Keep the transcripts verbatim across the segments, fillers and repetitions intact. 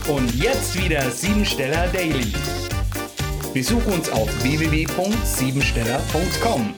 Und jetzt wieder Siebensteller Daily. Besuch uns auf w w w punkt siebensteller punkt com.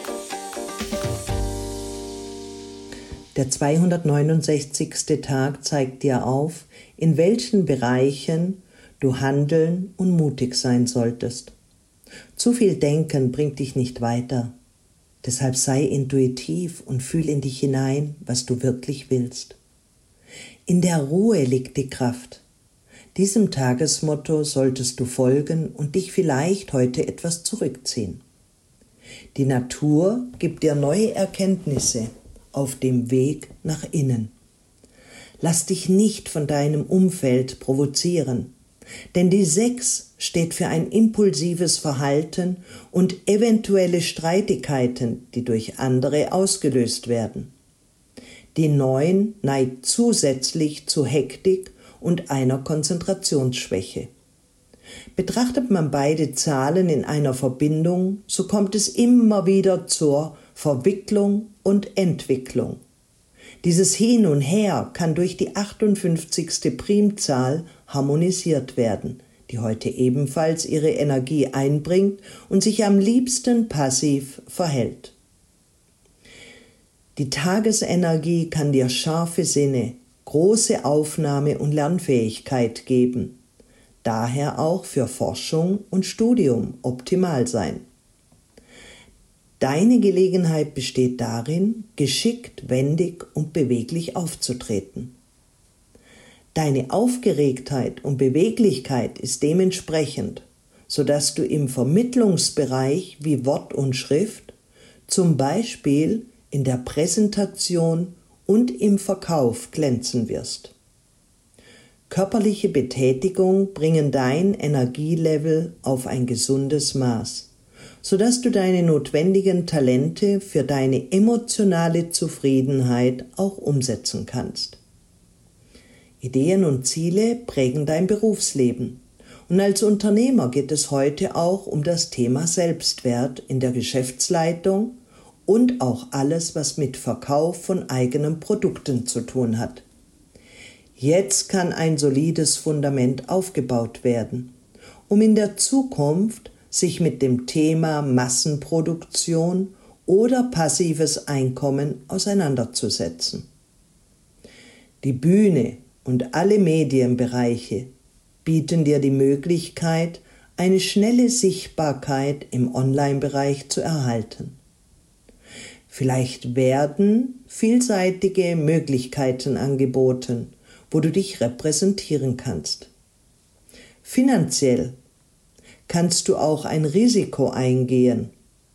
Der zweihundertneunundsechzigste Tag zeigt dir auf, in welchen Bereichen du handeln und mutig sein solltest. Zu viel Denken bringt dich nicht weiter. Deshalb sei intuitiv und fühl in dich hinein, was du wirklich willst. In der Ruhe liegt die Kraft. Diesem Tagesmotto solltest du folgen und dich vielleicht heute etwas zurückziehen. Die Natur gibt dir neue Erkenntnisse auf dem Weg nach innen. Lass dich nicht von deinem Umfeld provozieren, denn die Sechs steht für ein impulsives Verhalten und eventuelle Streitigkeiten, die durch andere ausgelöst werden. Die Neun neigt zusätzlich zu Hektik und einer Konzentrationsschwäche. Betrachtet man beide Zahlen in einer Verbindung, so kommt es immer wieder zur Verwicklung und Entwicklung. Dieses Hin und Her kann durch die achtundfünfzigste Primzahl harmonisiert werden, die heute ebenfalls ihre Energie einbringt und sich am liebsten passiv verhält. Die Tagesenergie kann dir scharfe Sinne, große Aufnahme- und Lernfähigkeit geben, daher auch für Forschung und Studium optimal sein. Deine Gelegenheit besteht darin, geschickt, wendig und beweglich aufzutreten. Deine Aufgeregtheit und Beweglichkeit ist dementsprechend, sodass du im Vermittlungsbereich wie Wort und Schrift, zum Beispiel in der Präsentation und im Verkauf glänzen wirst. Körperliche Betätigung bringen dein Energielevel auf ein gesundes Maß, sodass du deine notwendigen Talente für deine emotionale Zufriedenheit auch umsetzen kannst. Ideen und Ziele prägen dein Berufsleben. Und als Unternehmer geht es heute auch um das Thema Selbstwert in der Geschäftsleitung und auch alles, was mit Verkauf von eigenen Produkten zu tun hat. Jetzt kann ein solides Fundament aufgebaut werden, um in der Zukunft sich mit dem Thema Massenproduktion oder passives Einkommen auseinanderzusetzen. Die Bühne und alle Medienbereiche bieten dir die Möglichkeit, eine schnelle Sichtbarkeit im Online-Bereich zu erhalten. Vielleicht werden vielseitige Möglichkeiten angeboten, wo du dich repräsentieren kannst. Finanziell kannst du auch ein Risiko eingehen,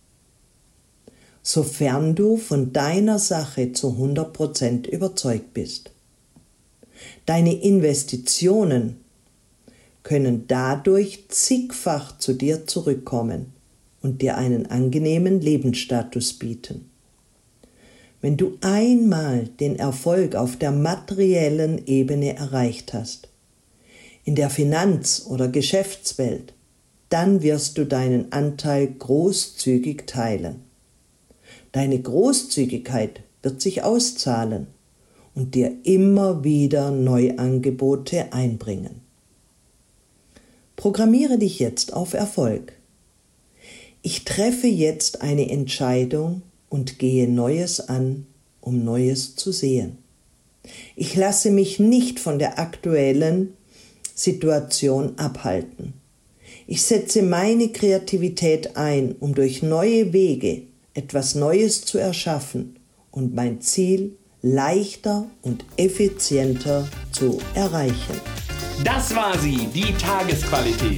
sofern du von deiner Sache zu hundert Prozent überzeugt bist. Deine Investitionen können dadurch zigfach zu dir zurückkommen und dir einen angenehmen Lebensstatus bieten. Wenn du einmal den Erfolg auf der materiellen Ebene erreicht hast, in der Finanz- oder Geschäftswelt, dann wirst du deinen Anteil großzügig teilen. Deine Großzügigkeit wird sich auszahlen und dir immer wieder Neuangebote einbringen. Programmiere dich jetzt auf Erfolg. Ich treffe jetzt eine Entscheidung und gehe Neues an, um Neues zu sehen. Ich lasse mich nicht von der aktuellen Situation abhalten. Ich setze meine Kreativität ein, um durch neue Wege etwas Neues zu erschaffen und mein Ziel leichter und effizienter zu erreichen. Das war sie, die Tagesqualität.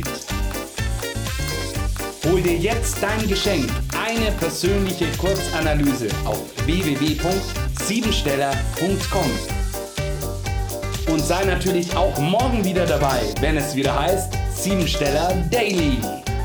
Hol dir jetzt dein Geschenk, eine persönliche Kurzanalyse auf w w w punkt siebensteller punkt com. Und sei natürlich auch morgen wieder dabei, wenn es wieder heißt Siebensteller Daily.